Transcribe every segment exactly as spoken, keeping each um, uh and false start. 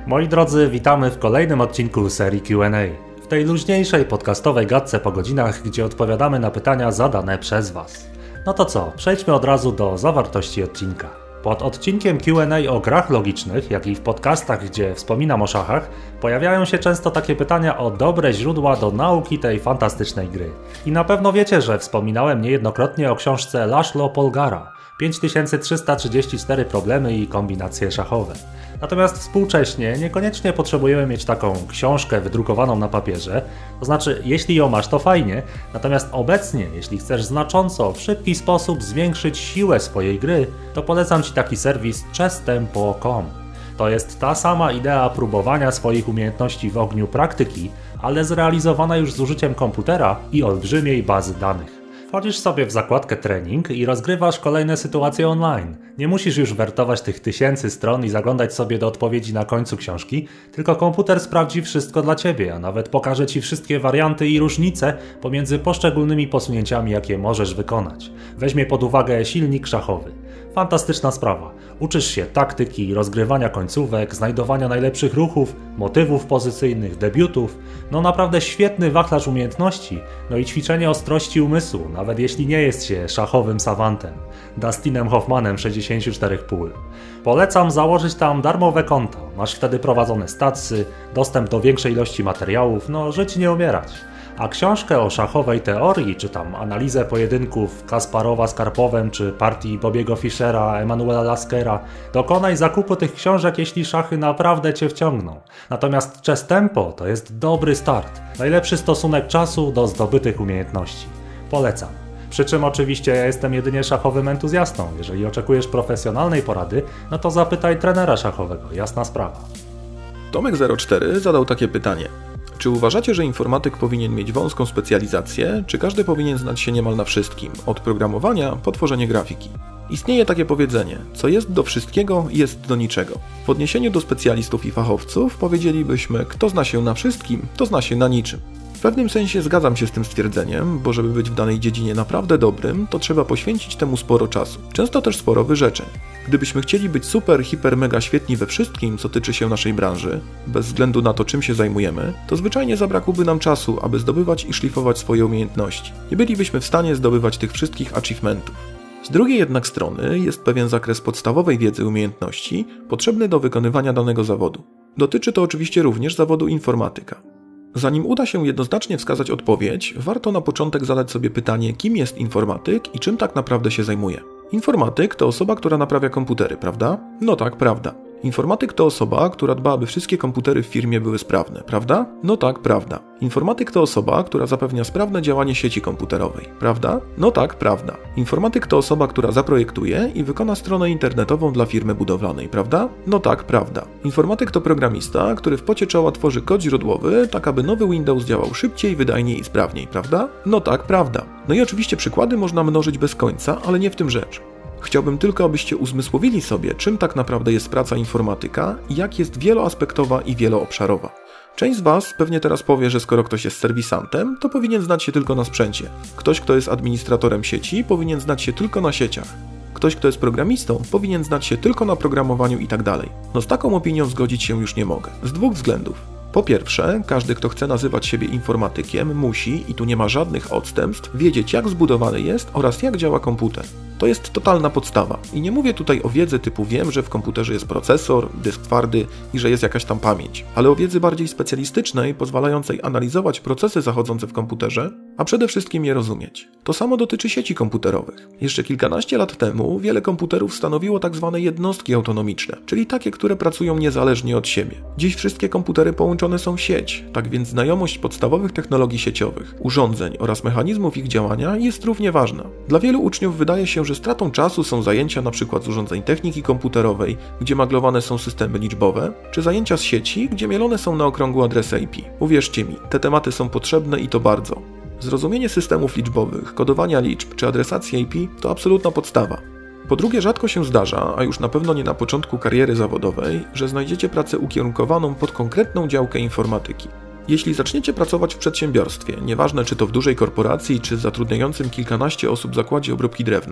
Moi drodzy, witamy w kolejnym odcinku serii Q and A. W tej luźniejszej podcastowej gadce po godzinach, gdzie odpowiadamy na pytania zadane przez Was. No to co, przejdźmy od razu do zawartości odcinka. Pod odcinkiem Q and A o grach logicznych, jak i w podcastach, gdzie wspominam o szachach, pojawiają się często takie pytania o dobre źródła do nauki tej fantastycznej gry. I na pewno wiecie, że wspominałem niejednokrotnie o książce Laszlo Polgara pięć tysięcy trzysta trzydzieści cztery problemy i kombinacje szachowe. Natomiast współcześnie niekoniecznie potrzebujemy mieć taką książkę wydrukowaną na papierze, to znaczy jeśli ją masz to fajnie, natomiast obecnie jeśli chcesz znacząco, w szybki sposób zwiększyć siłę swojej gry, to polecam Ci taki serwis chess tempo kropka com. To jest ta sama idea próbowania swoich umiejętności w ogniu praktyki, ale zrealizowana już z użyciem komputera i olbrzymiej bazy danych. Wchodzisz sobie w zakładkę trening i rozgrywasz kolejne sytuacje online. Nie musisz już wertować tych tysięcy stron i zaglądać sobie do odpowiedzi na końcu książki, tylko komputer sprawdzi wszystko dla Ciebie, a nawet pokaże Ci wszystkie warianty i różnice pomiędzy poszczególnymi posunięciami, jakie możesz wykonać. Weźmie pod uwagę silnik szachowy. Fantastyczna sprawa. Uczysz się taktyki, rozgrywania końcówek, znajdowania najlepszych ruchów, motywów pozycyjnych, debiutów. No naprawdę świetny wachlarz umiejętności, no i ćwiczenie ostrości umysłu, nawet jeśli nie jest się szachowym sawantem. Dustinem Hoffmanem sześćdziesięciu czterech pól. Polecam założyć tam darmowe konto. Masz wtedy prowadzone statsy, dostęp do większej ilości materiałów, no żyć nie umierać. A książkę o szachowej teorii, czy tam analizę pojedynków Kasparowa z Karpowem, czy partii Bobiego Fischera, Emanuela Laskera, dokonaj zakupu tych książek, jeśli szachy naprawdę Cię wciągną. Natomiast chess tempo to jest dobry start, najlepszy stosunek czasu do zdobytych umiejętności. Polecam. Przy czym oczywiście ja jestem jedynie szachowym entuzjastą. Jeżeli oczekujesz profesjonalnej porady, no to zapytaj trenera szachowego, jasna sprawa. Tomek zero cztery zadał takie pytanie. Czy uważacie, że informatyk powinien mieć wąską specjalizację, czy każdy powinien znać się niemal na wszystkim, od programowania po tworzenie grafiki? Istnieje takie powiedzenie, co jest do wszystkiego, jest do niczego. W odniesieniu do specjalistów i fachowców powiedzielibyśmy, kto zna się na wszystkim, to zna się na niczym. W pewnym sensie zgadzam się z tym stwierdzeniem, bo żeby być w danej dziedzinie naprawdę dobrym, to trzeba poświęcić temu sporo czasu. Często też sporo wyrzeczeń. Gdybyśmy chcieli być super, hiper, mega świetni we wszystkim, co tyczy się naszej branży, bez względu na to, czym się zajmujemy, to zwyczajnie zabrakłoby nam czasu, aby zdobywać i szlifować swoje umiejętności. Nie bylibyśmy w stanie zdobywać tych wszystkich achievementów. Z drugiej jednak strony jest pewien zakres podstawowej wiedzy i umiejętności potrzebny do wykonywania danego zawodu. Dotyczy to oczywiście również zawodu informatyka. Zanim uda się jednoznacznie wskazać odpowiedź, warto na początek zadać sobie pytanie, kim jest informatyk i czym tak naprawdę się zajmuje. Informatyk to osoba, która naprawia komputery, prawda? No tak, prawda. Informatyk to osoba, która dba, aby wszystkie komputery w firmie były sprawne, prawda? No tak, prawda. Informatyk to osoba, która zapewnia sprawne działanie sieci komputerowej, prawda? No tak, prawda. Informatyk to osoba, która zaprojektuje i wykona stronę internetową dla firmy budowlanej, prawda? No tak, prawda. Informatyk to programista, który w pocie czoła tworzy kod źródłowy, tak aby nowy Windows działał szybciej, wydajniej i sprawniej, prawda? No tak, prawda. No i oczywiście przykłady można mnożyć bez końca, ale nie w tym rzecz. Chciałbym tylko, abyście uzmysłowili sobie, czym tak naprawdę jest praca informatyka i jak jest wieloaspektowa i wieloobszarowa. Część z Was pewnie teraz powie, że skoro ktoś jest serwisantem, to powinien znać się tylko na sprzęcie. Ktoś, kto jest administratorem sieci, powinien znać się tylko na sieciach. Ktoś, kto jest programistą, powinien znać się tylko na programowaniu i tak dalej. No z taką opinią zgodzić się już nie mogę. Z dwóch względów. Po pierwsze, każdy, kto chce nazywać siebie informatykiem, musi, i tu nie ma żadnych odstępstw, wiedzieć, jak zbudowany jest oraz jak działa komputer. To jest totalna podstawa. I nie mówię tutaj o wiedzy typu wiem, że w komputerze jest procesor, dysk twardy i że jest jakaś tam pamięć, ale o wiedzy bardziej specjalistycznej, pozwalającej analizować procesy zachodzące w komputerze, a przede wszystkim je rozumieć. To samo dotyczy sieci komputerowych. Jeszcze kilkanaście lat temu wiele komputerów stanowiło tak zwane jednostki autonomiczne, czyli takie, które pracują niezależnie od siebie. Dziś wszystkie komputery połączone są w sieć, tak więc znajomość podstawowych technologii sieciowych, urządzeń oraz mechanizmów ich działania jest równie ważna. Dla wielu uczniów wydaje się, że stratą czasu są zajęcia np. z urządzeń techniki komputerowej, gdzie maglowane są systemy liczbowe, czy zajęcia z sieci, gdzie mielone są na okrągłe adresy I P. Uwierzcie mi, te tematy są potrzebne i to bardzo. Zrozumienie systemów liczbowych, kodowania liczb czy adresacji I P to absolutna podstawa. Po drugie, rzadko się zdarza, a już na pewno nie na początku kariery zawodowej, że znajdziecie pracę ukierunkowaną pod konkretną działkę informatyki. Jeśli zaczniecie pracować w przedsiębiorstwie, nieważne czy to w dużej korporacji, czy zatrudniającym kilkanaście osób zakładzie obróbki drewna,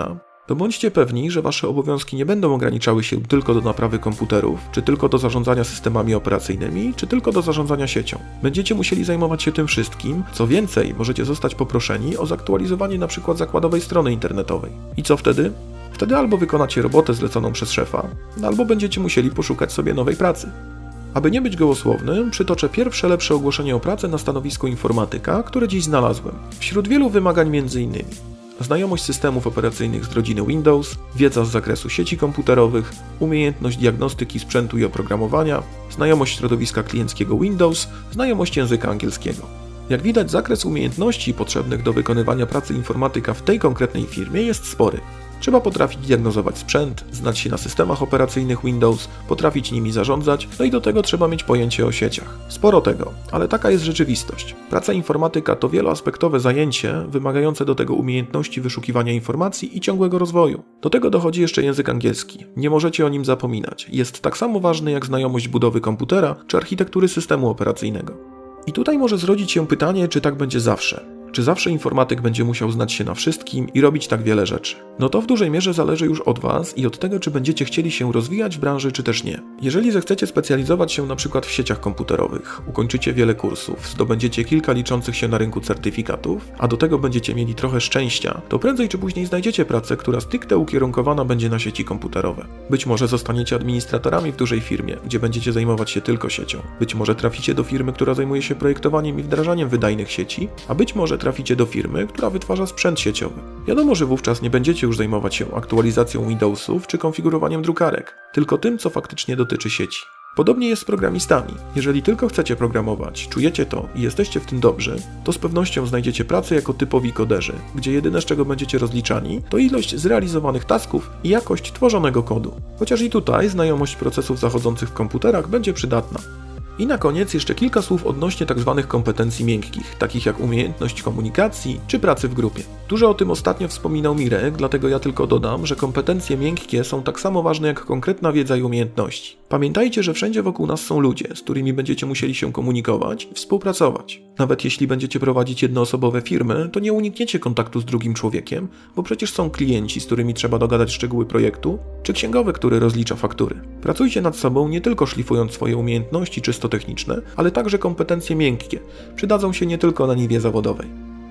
To bądźcie pewni, że wasze obowiązki nie będą ograniczały się tylko do naprawy komputerów, czy tylko do zarządzania systemami operacyjnymi, czy tylko do zarządzania siecią. Będziecie musieli zajmować się tym wszystkim, co więcej, możecie zostać poproszeni o zaktualizowanie np. zakładowej strony internetowej. I co wtedy? Wtedy albo wykonacie robotę zleconą przez szefa, albo będziecie musieli poszukać sobie nowej pracy. Aby nie być gołosłownym, przytoczę pierwsze lepsze ogłoszenie o pracę na stanowisku informatyka, które dziś znalazłem. Wśród wielu wymagań m.in. znajomość systemów operacyjnych z rodziny Windows, wiedza z zakresu sieci komputerowych, umiejętność diagnostyki sprzętu i oprogramowania, znajomość środowiska klienckiego Windows, znajomość języka angielskiego. Jak widać, zakres umiejętności potrzebnych do wykonywania pracy informatyka w tej konkretnej firmie jest spory. Trzeba potrafić diagnozować sprzęt, znać się na systemach operacyjnych Windows, potrafić nimi zarządzać, no i do tego trzeba mieć pojęcie o sieciach. Sporo tego, ale taka jest rzeczywistość. Praca informatyka to wieloaspektowe zajęcie, wymagające do tego umiejętności wyszukiwania informacji i ciągłego rozwoju. Do tego dochodzi jeszcze język angielski. Nie możecie o nim zapominać. Jest tak samo ważny jak znajomość budowy komputera czy architektury systemu operacyjnego. I tutaj może zrodzić się pytanie, czy tak będzie zawsze. Czy zawsze informatyk będzie musiał znać się na wszystkim i robić tak wiele rzeczy? No to w dużej mierze zależy już od Was i od tego, czy będziecie chcieli się rozwijać w branży, czy też nie. Jeżeli zechcecie specjalizować się na przykład w sieciach komputerowych, ukończycie wiele kursów, zdobędziecie kilka liczących się na rynku certyfikatów, a do tego będziecie mieli trochę szczęścia, to prędzej czy później znajdziecie pracę, która stricte ukierunkowana będzie na sieci komputerowe. Być może zostaniecie administratorami w dużej firmie, gdzie będziecie zajmować się tylko siecią. Być może traficie do firmy, która zajmuje się projektowaniem i wdrażaniem wydajnych sieci, a być może traficie do firmy, która wytwarza sprzęt sieciowy. Wiadomo, że wówczas nie będziecie już zajmować się aktualizacją Windowsów czy konfigurowaniem drukarek, tylko tym, co faktycznie dotyczy sieci. Podobnie jest z programistami. Jeżeli tylko chcecie programować, czujecie to i jesteście w tym dobrzy, to z pewnością znajdziecie pracę jako typowi koderzy, gdzie jedyne, z czego będziecie rozliczani, to ilość zrealizowanych tasków i jakość tworzonego kodu. Chociaż i tutaj znajomość procesów zachodzących w komputerach będzie przydatna. I na koniec jeszcze kilka słów odnośnie tzw. kompetencji miękkich, takich jak umiejętność komunikacji czy pracy w grupie. Dużo o tym ostatnio wspominał Mirek, dlatego ja tylko dodam, że kompetencje miękkie są tak samo ważne jak konkretna wiedza i umiejętności. Pamiętajcie, że wszędzie wokół nas są ludzie, z którymi będziecie musieli się komunikować i współpracować. Nawet jeśli będziecie prowadzić jednoosobowe firmy, to nie unikniecie kontaktu z drugim człowiekiem, bo przecież są klienci, z którymi trzeba dogadać szczegóły projektu, czy księgowy, który rozlicza faktury. Pracujcie nad sobą nie tylko szlifując swoje umiejętności czysto techniczne, ale także kompetencje miękkie. Przydadzą się nie tylko na niwie zawodowej.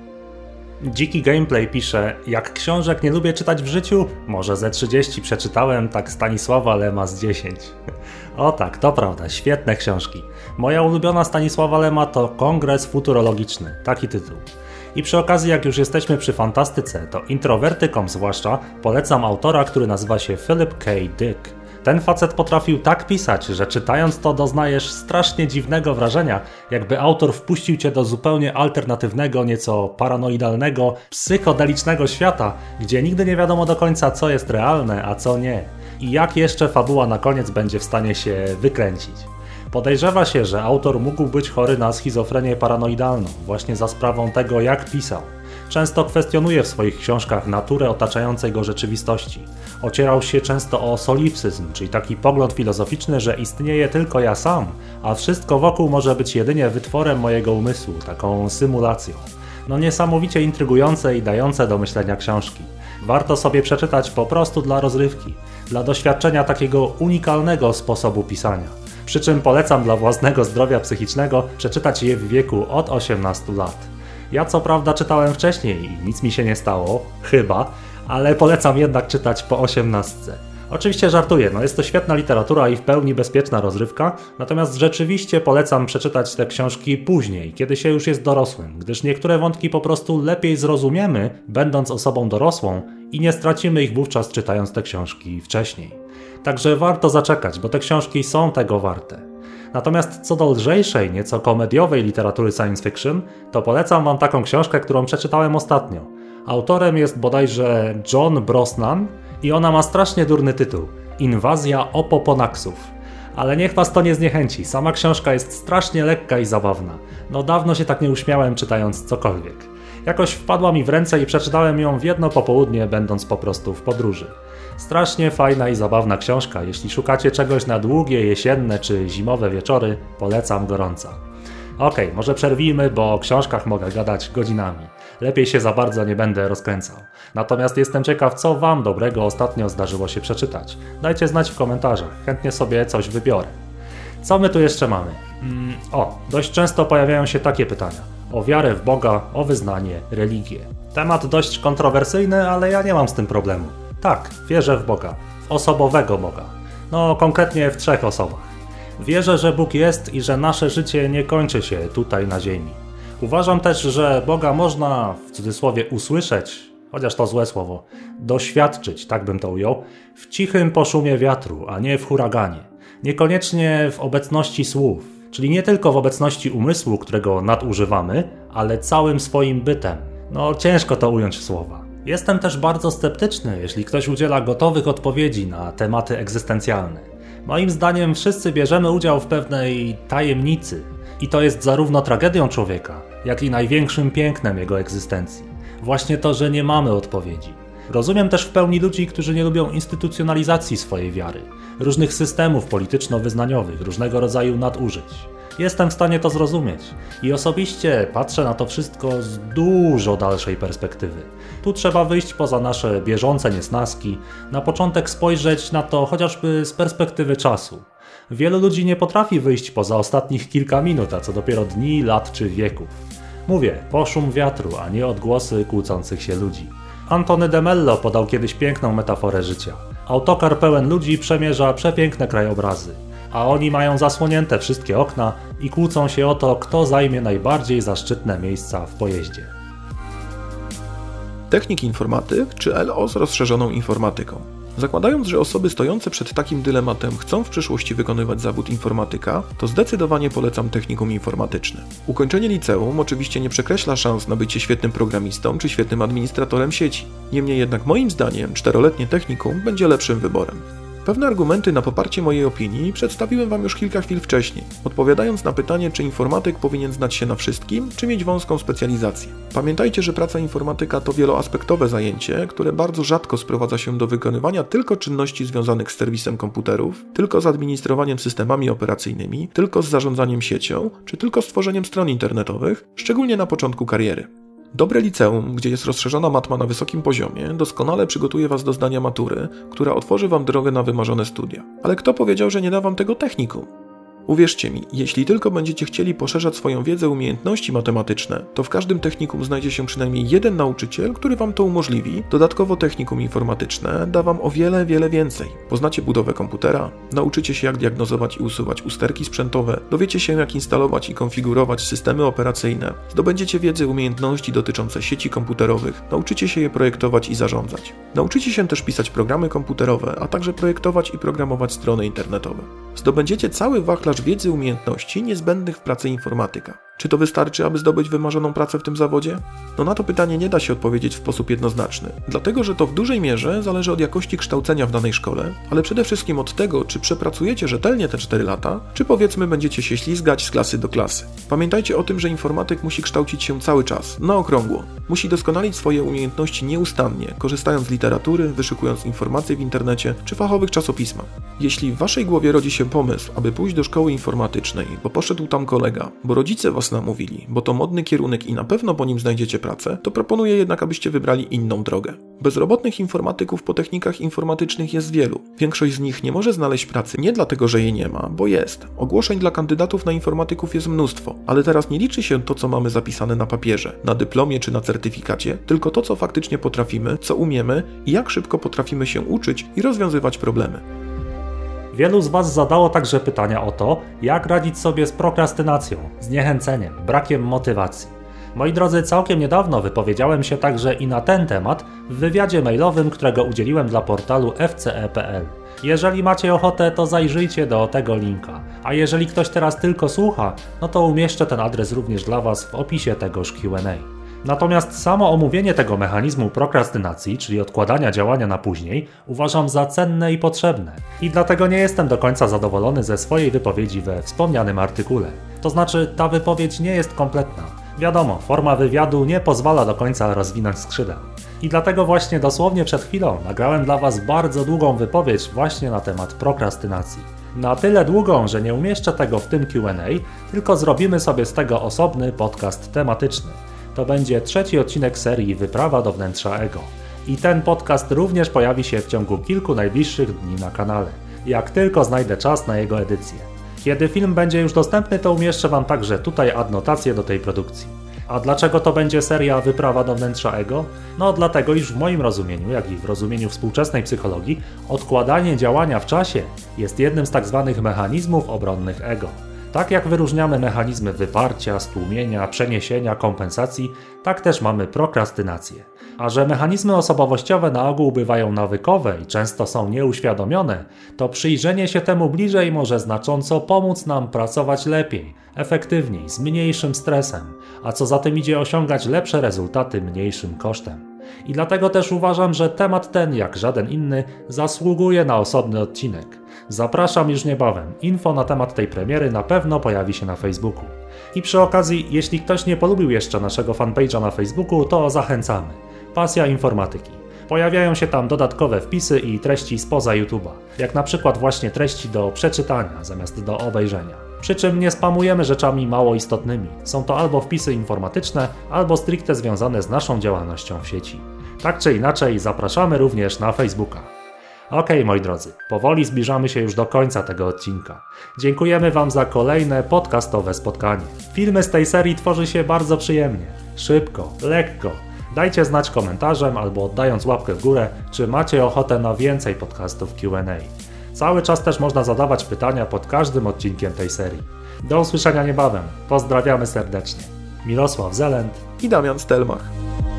Dziki Gameplay pisze, jak książek nie lubię czytać w życiu, może ze trzydzieści przeczytałem, tak Stanisława Lema z dziesięć. O tak, to prawda, świetne książki. Moja ulubiona Stanisława Lema to Kongres Futurologiczny, taki tytuł. I przy okazji, jak już jesteśmy przy fantastyce, to introwertykom zwłaszcza polecam autora, który nazywa się Philip K. Dick. Ten facet potrafił tak pisać, że czytając to doznajesz strasznie dziwnego wrażenia, jakby autor wpuścił cię do zupełnie alternatywnego, nieco paranoidalnego, psychodelicznego świata, gdzie nigdy nie wiadomo do końca, co jest realne, a co nie. I jak jeszcze fabuła na koniec będzie w stanie się wykręcić. Podejrzewa się, że autor mógł być chory na schizofrenię paranoidalną, właśnie za sprawą tego, jak pisał. Często kwestionuje w swoich książkach naturę otaczającej go rzeczywistości. Ocierał się często o solipsyzm, czyli taki pogląd filozoficzny, że istnieje tylko ja sam, a wszystko wokół może być jedynie wytworem mojego umysłu, taką symulacją. No niesamowicie intrygujące i dające do myślenia książki. Warto sobie przeczytać po prostu dla rozrywki, dla doświadczenia takiego unikalnego sposobu pisania. Przy czym polecam dla własnego zdrowia psychicznego przeczytać je w wieku od osiemnastu lat. Ja co prawda czytałem wcześniej i nic mi się nie stało, chyba, ale polecam jednak czytać po osiemnastce. Oczywiście żartuję, no jest to świetna literatura i w pełni bezpieczna rozrywka, natomiast rzeczywiście polecam przeczytać te książki później, kiedy się już jest dorosłym, gdyż niektóre wątki po prostu lepiej zrozumiemy, będąc osobą dorosłą i nie stracimy ich wówczas czytając te książki wcześniej. Także warto zaczekać, bo te książki są tego warte. Natomiast co do lżejszej, nieco komediowej literatury science fiction, to polecam wam taką książkę, którą przeczytałem ostatnio. Autorem jest bodajże John Brosnan i ona ma strasznie durny tytuł – Inwazja opoponaksów. Ale niech was to nie zniechęci, sama książka jest strasznie lekka i zabawna. No dawno się tak nie uśmiałem czytając cokolwiek. Jakoś wpadła mi w ręce i przeczytałem ją w jedno popołudnie, będąc po prostu w podróży. Strasznie fajna i zabawna książka, jeśli szukacie czegoś na długie, jesienne czy zimowe wieczory, polecam gorąco. Okej, okay, może przerwijmy, bo o książkach mogę gadać godzinami. lepiej się za bardzo nie będę rozkręcał. Natomiast jestem ciekaw, co wam dobrego ostatnio zdarzyło się przeczytać. Dajcie znać w komentarzach, chętnie sobie coś wybiorę. Co my tu jeszcze mamy? Mm, o, dość często pojawiają się takie pytania. O wiarę w Boga, o wyznanie, religię. Temat dość kontrowersyjny, ale ja nie mam z tym problemu. Tak, wierzę w Boga. W osobowego Boga. No, konkretnie w trzech osobach. Wierzę, że Bóg jest i że nasze życie nie kończy się tutaj na ziemi. Uważam też, że Boga można, w cudzysłowie, usłyszeć, chociaż to złe słowo, doświadczyć, tak bym to ujął, w cichym poszumie wiatru, a nie w huraganie. Niekoniecznie w obecności słów, czyli nie tylko w obecności umysłu, którego nadużywamy, ale całym swoim bytem. No, ciężko to ująć w słowa. Jestem też bardzo sceptyczny, jeśli ktoś udziela gotowych odpowiedzi na tematy egzystencjalne. Moim zdaniem wszyscy bierzemy udział w pewnej tajemnicy i to jest zarówno tragedią człowieka, jak i największym pięknem jego egzystencji. Właśnie to, że nie mamy odpowiedzi. Rozumiem też w pełni ludzi, którzy nie lubią instytucjonalizacji swojej wiary, różnych systemów polityczno-wyznaniowych, różnego rodzaju nadużyć. Jestem w stanie to zrozumieć i osobiście patrzę na to wszystko z dużo dalszej perspektywy. Tu trzeba wyjść poza nasze bieżące niesnaski, na początek spojrzeć na to chociażby z perspektywy czasu. Wielu ludzi nie potrafi wyjść poza ostatnich kilka minut, a co dopiero dni, lat czy wieków. Mówię, poszum wiatru, a nie odgłosy kłócących się ludzi. Antony de Mello podał kiedyś piękną metaforę życia. Autokar pełen ludzi przemierza przepiękne krajobrazy, a oni mają zasłonięte wszystkie okna i kłócą się o to, kto zajmie najbardziej zaszczytne miejsca w pojeździe. Technik informatyk czy L O z rozszerzoną informatyką? Zakładając, że osoby stojące przed takim dylematem chcą w przyszłości wykonywać zawód informatyka, to zdecydowanie polecam technikum informatyczne. Ukończenie liceum oczywiście nie przekreśla szans na bycie świetnym programistą czy świetnym administratorem sieci. Niemniej jednak moim zdaniem czteroletnie technikum będzie lepszym wyborem. Pewne argumenty na poparcie mojej opinii przedstawiłem Wam już kilka chwil wcześniej, odpowiadając na pytanie, czy informatyk powinien znać się na wszystkim, czy mieć wąską specjalizację. Pamiętajcie, że praca informatyka to wieloaspektowe zajęcie, które bardzo rzadko sprowadza się do wykonywania tylko czynności związanych z serwisem komputerów, tylko z administrowaniem systemami operacyjnymi, tylko z zarządzaniem siecią, czy tylko z tworzeniem stron internetowych, szczególnie na początku kariery. Dobre liceum, gdzie jest rozszerzona matma na wysokim poziomie, doskonale przygotuje Was do zdania matury, która otworzy Wam drogę na wymarzone studia. Ale kto powiedział, że nie da Wam tego technikum? Uwierzcie mi, jeśli tylko będziecie chcieli poszerzać swoją wiedzę, umiejętności matematyczne, to w każdym technikum znajdzie się przynajmniej jeden nauczyciel, który Wam to umożliwi. Dodatkowo technikum informatyczne da Wam o wiele, wiele więcej. Poznacie budowę komputera, nauczycie się jak diagnozować i usuwać usterki sprzętowe, dowiecie się jak instalować i konfigurować systemy operacyjne, zdobędziecie wiedzę, umiejętności dotyczące sieci komputerowych, nauczycie się je projektować i zarządzać. Nauczycie się też pisać programy komputerowe, a także projektować i programować strony internetowe. Zdobędziecie cały wachlarz wiedzy i umiejętności niezbędnych w pracy informatyka. Czy to wystarczy, aby zdobyć wymarzoną pracę w tym zawodzie? No na to pytanie nie da się odpowiedzieć w sposób jednoznaczny, dlatego że to w dużej mierze zależy od jakości kształcenia w danej szkole, ale przede wszystkim od tego, czy przepracujecie rzetelnie te cztery lata, czy powiedzmy będziecie się ślizgać z klasy do klasy. Pamiętajcie o tym, że informatyk musi kształcić się cały czas, na okrągło. Musi doskonalić swoje umiejętności nieustannie, korzystając z literatury, wyszukując informacje w internecie czy fachowych czasopismach. Jeśli w waszej głowie rodzi się pomysł, aby pójść do szkoły informatycznej, bo poszedł tam kolega, bo rodzice was namówili, bo to modny kierunek i na pewno po nim znajdziecie pracę, to proponuję jednak, abyście wybrali inną drogę. Bezrobotnych informatyków po technikach informatycznych jest wielu. Większość z nich nie może znaleźć pracy nie dlatego, że jej nie ma, bo jest. Ogłoszeń dla kandydatów na informatyków jest mnóstwo, ale teraz nie liczy się to, co mamy zapisane na papierze, na dyplomie czy na certyfikacie, tylko to, co faktycznie potrafimy, co umiemy i jak szybko potrafimy się uczyć i rozwiązywać problemy. Wielu z Was zadało także pytania o to, jak radzić sobie z prokrastynacją, zniechęceniem, brakiem motywacji. Moi drodzy, całkiem niedawno wypowiedziałem się także i na ten temat w wywiadzie mailowym, którego udzieliłem dla portalu f c e kropka p l. Jeżeli macie ochotę, to zajrzyjcie do tego linka, a jeżeli ktoś teraz tylko słucha, no to umieszczę ten adres również dla Was w opisie tegoż Q and A. Natomiast samo omówienie tego mechanizmu prokrastynacji, czyli odkładania działania na później, uważam za cenne i potrzebne. I dlatego nie jestem do końca zadowolony ze swojej wypowiedzi we wspomnianym artykule. To znaczy, ta wypowiedź nie jest kompletna. Wiadomo, forma wywiadu nie pozwala do końca rozwinąć skrzydeł. I dlatego właśnie dosłownie przed chwilą nagrałem dla Was bardzo długą wypowiedź właśnie na temat prokrastynacji. Na tyle długą, że nie umieszczę tego w tym Q and A, tylko zrobimy sobie z tego osobny podcast tematyczny. to będzie trzeci odcinek serii Wyprawa do wnętrza ego. I ten podcast również pojawi się w ciągu kilku najbliższych dni na kanale, jak tylko znajdę czas na jego edycję. Kiedy film będzie już dostępny, to umieszczę Wam także tutaj adnotację do tej produkcji. A dlaczego to będzie seria Wyprawa do wnętrza ego? No dlatego, iż w moim rozumieniu, jak i w rozumieniu współczesnej psychologii, odkładanie działania w czasie jest jednym z tak zwanych mechanizmów obronnych ego. Tak jak wyróżniamy mechanizmy wyparcia, stłumienia, przeniesienia, kompensacji, tak też mamy prokrastynację. A że mechanizmy osobowościowe na ogół bywają nawykowe i często są nieuświadomione, to przyjrzenie się temu bliżej może znacząco pomóc nam pracować lepiej, efektywniej, z mniejszym stresem, a co za tym idzie osiągać lepsze rezultaty mniejszym kosztem. I dlatego też uważam, że temat ten, jak żaden inny, zasługuje na osobny odcinek. Zapraszam już niebawem, info na temat tej premiery na pewno pojawi się na Facebooku. I przy okazji, jeśli ktoś nie polubił jeszcze naszego fanpage'a na Facebooku, to zachęcamy. Pasja informatyki. Pojawiają się tam dodatkowe wpisy i treści spoza YouTube'a, jak na przykład właśnie treści do przeczytania zamiast do obejrzenia. Przy czym nie spamujemy rzeczami mało istotnymi. Są to albo wpisy informatyczne, albo stricte związane z naszą działalnością w sieci. Tak czy inaczej, zapraszamy również na Facebooka. Okej, okay, moi drodzy, powoli zbliżamy się już do końca tego odcinka. Dziękujemy Wam za kolejne podcastowe spotkanie. Filmy z tej serii tworzy się bardzo przyjemnie, szybko, lekko. Dajcie znać komentarzem albo oddając łapkę w górę, czy macie ochotę na więcej podcastów Q and A. Cały czas też można zadawać pytania pod każdym odcinkiem tej serii. Do usłyszenia niebawem. Pozdrawiamy serdecznie. Mirosław Zelent i Damian Stelmach.